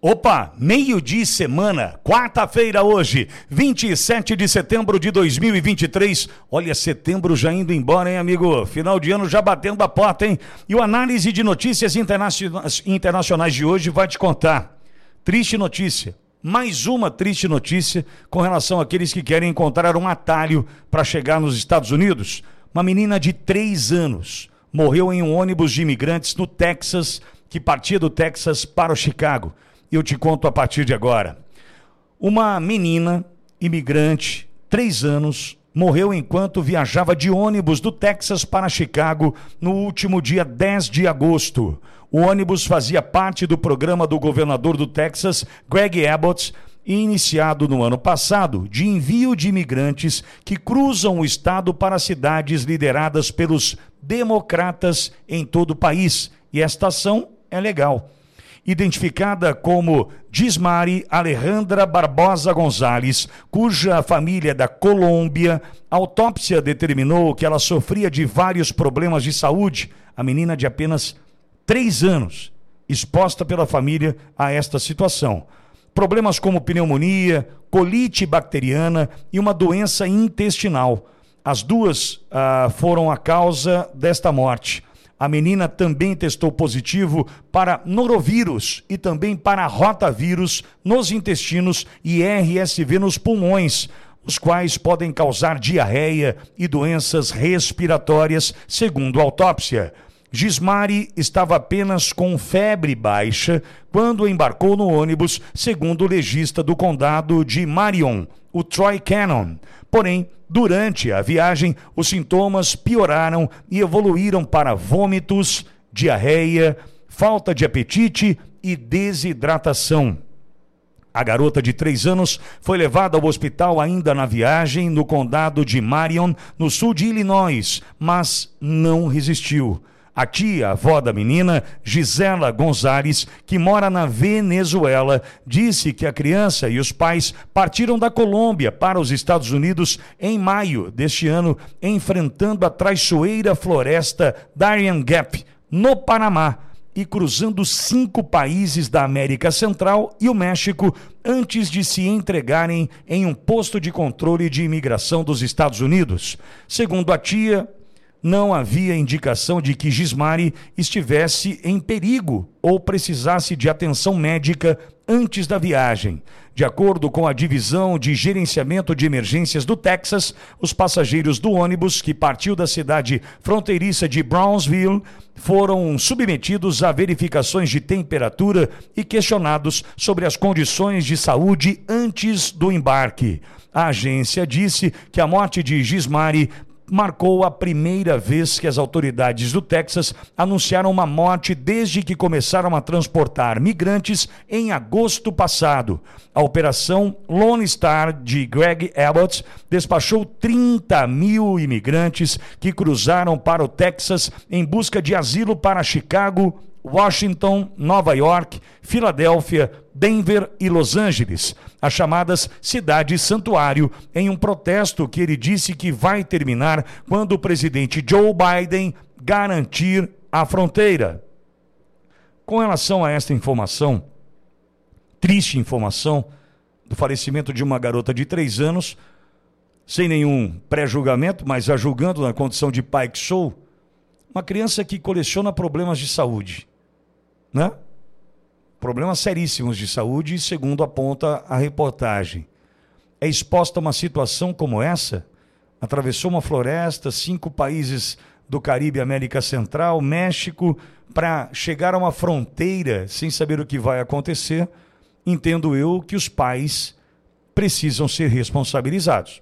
Opa, meio de semana, quarta-feira hoje, 27 de setembro de 2023. Olha, setembro já indo embora, hein, amigo? Final de ano já batendo a porta, hein? E o análise de notícias internacionais de hoje vai te contar. Triste notícia, mais uma triste notícia com relação àqueles que querem encontrar um atalho para chegar nos Estados Unidos. Uma menina de 3 anos morreu em um ônibus de imigrantes no Texas, que partia do Texas para o Chicago. Eu te conto a partir de agora. Uma menina imigrante, 3 anos, morreu enquanto viajava de ônibus do Texas para Chicago no último dia 10 de agosto. O ônibus fazia parte do programa do governador do Texas, Greg Abbott, iniciado no ano passado, de envio de imigrantes que cruzam o estado para cidades lideradas pelos democratas em todo o país. E esta ação é legal. Identificada como Gismari Alejandra Barbosa Gonzalez, cuja família é da Colômbia, a autópsia determinou que ela sofria de vários problemas de saúde. A menina de apenas 3 anos, exposta pela família a esta situação. Problemas como pneumonia, colite bacteriana e uma doença intestinal. As duas foram a causa desta morte. A menina também testou positivo para norovírus e também para rotavírus nos intestinos e RSV nos pulmões, os quais podem causar diarreia e doenças respiratórias, segundo a autópsia. Gismari estava apenas com febre baixa quando embarcou no ônibus, segundo o legista do condado de Marion, o Troy Cannon. Porém, durante a viagem, os sintomas pioraram e evoluíram para vômitos, diarreia, falta de apetite e desidratação. A garota de 3 anos foi levada ao hospital ainda na viagem no condado de Marion, no sul de Illinois, mas não resistiu. A tia, avó da menina, Gisela Gonzalez, que mora na Venezuela, disse que a criança e os pais partiram da Colômbia para os Estados Unidos em maio deste ano, enfrentando a traiçoeira floresta Darien Gap, no Panamá, e cruzando 5 países da América Central e o México antes de se entregarem em um posto de controle de imigração dos Estados Unidos. Segundo a tia, não havia indicação de que Gismari estivesse em perigo ou precisasse de atenção médica antes da viagem. De acordo com a Divisão de Gerenciamento de Emergências do Texas, os passageiros do ônibus, que partiu da cidade fronteiriça de Brownsville, foram submetidos a verificações de temperatura e questionados sobre as condições de saúde antes do embarque. A agência disse que a morte de Gismari marcou a primeira vez que as autoridades do Texas anunciaram uma morte desde que começaram a transportar migrantes em agosto passado. A operação Lone Star de Greg Abbott despachou 30 mil imigrantes que cruzaram para o Texas em busca de asilo para Chicago, Washington, Nova York, Filadélfia, Denver e Los Angeles, as chamadas cidades santuário, em um protesto que ele disse que vai terminar quando o presidente Joe Biden garantir a fronteira. Com relação a esta informação, triste informação, do falecimento de uma garota de 3 anos, sem nenhum pré-julgamento, mas já julgando na condição de pai que sou, uma criança que coleciona problemas de saúde, né? Problemas seríssimos de saúde, segundo aponta a reportagem. É exposta a uma situação como essa? Atravessou uma floresta, 5 países do Caribe, América Central, México, para chegar a uma fronteira sem saber o que vai acontecer. Entendo eu que os pais precisam ser responsabilizados.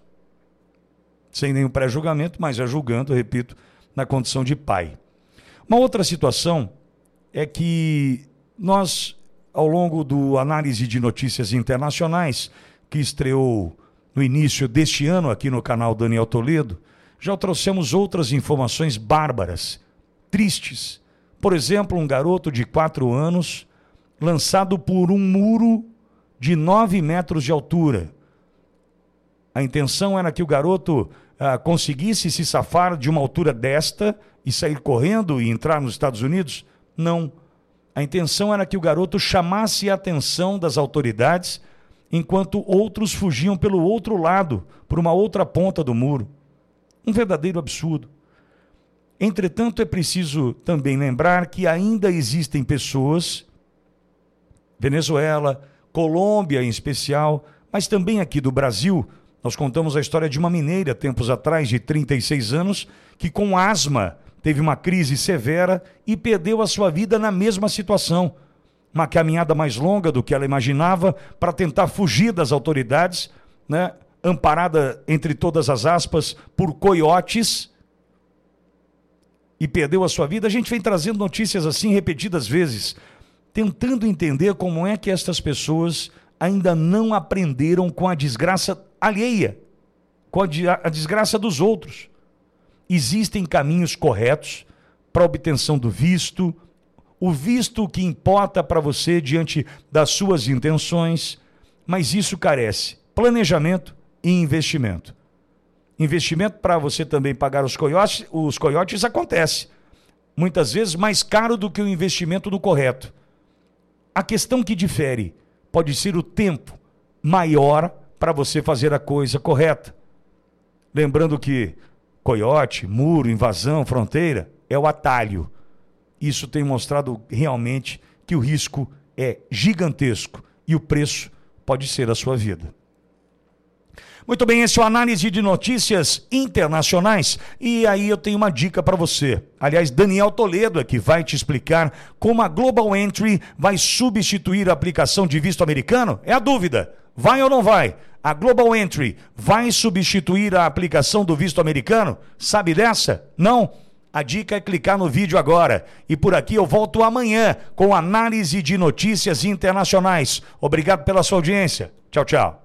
Sem nenhum pré-julgamento, mas já julgando, repito, na condição de pai. Uma outra situação é que nós, ao longo do análise de notícias internacionais, que estreou no início deste ano aqui no canal Daniel Toledo, já trouxemos outras informações bárbaras, tristes. Por exemplo, um garoto de 4 anos lançado por um muro de 9 metros de altura. A intenção era que o garoto conseguisse se safar de uma altura desta e sair correndo e entrar nos Estados Unidos? Não. A intenção era que o garoto chamasse a atenção das autoridades, enquanto outros fugiam pelo outro lado, por uma outra ponta do muro. Um verdadeiro absurdo. Entretanto, é preciso também lembrar que ainda existem pessoas, Venezuela, Colômbia em especial, mas também aqui do Brasil. Nós contamos a história de uma mineira, tempos atrás, de 36 anos, que com asma teve uma crise severa e perdeu a sua vida na mesma situação. Uma caminhada mais longa do que ela imaginava para tentar fugir das autoridades, né? Amparada, entre todas as aspas, por coiotes, e perdeu a sua vida. A gente vem trazendo notícias assim repetidas vezes, tentando entender como é que estas pessoas ainda não aprenderam com a desgraça alheia, com a desgraça dos outros. Existem caminhos corretos para a obtenção do visto, o visto que importa para você diante das suas intenções, mas isso carece planejamento e investimento. Investimento para você também pagar os coiotes acontece, muitas vezes mais caro do que o investimento no correto. A questão que difere pode ser o tempo maior para você fazer a coisa correta. Lembrando que coiote, muro, invasão, fronteira é o atalho. Isso tem mostrado realmente que o risco é gigantesco e o preço pode ser a sua vida. Muito bem, esse é o Análise de Notícias Internacionais. E aí eu tenho uma dica para você. Aliás, Daniel Toledo é que vai te explicar como a Global Entry vai substituir a aplicação de visto americano. É a dúvida, vai ou não vai? A Global Entry vai substituir a aplicação do visto americano? Sabe dessa? Não? A dica é clicar no vídeo agora. E por aqui eu volto amanhã com Análise de Notícias Internacionais. Obrigado pela sua audiência. Tchau, tchau.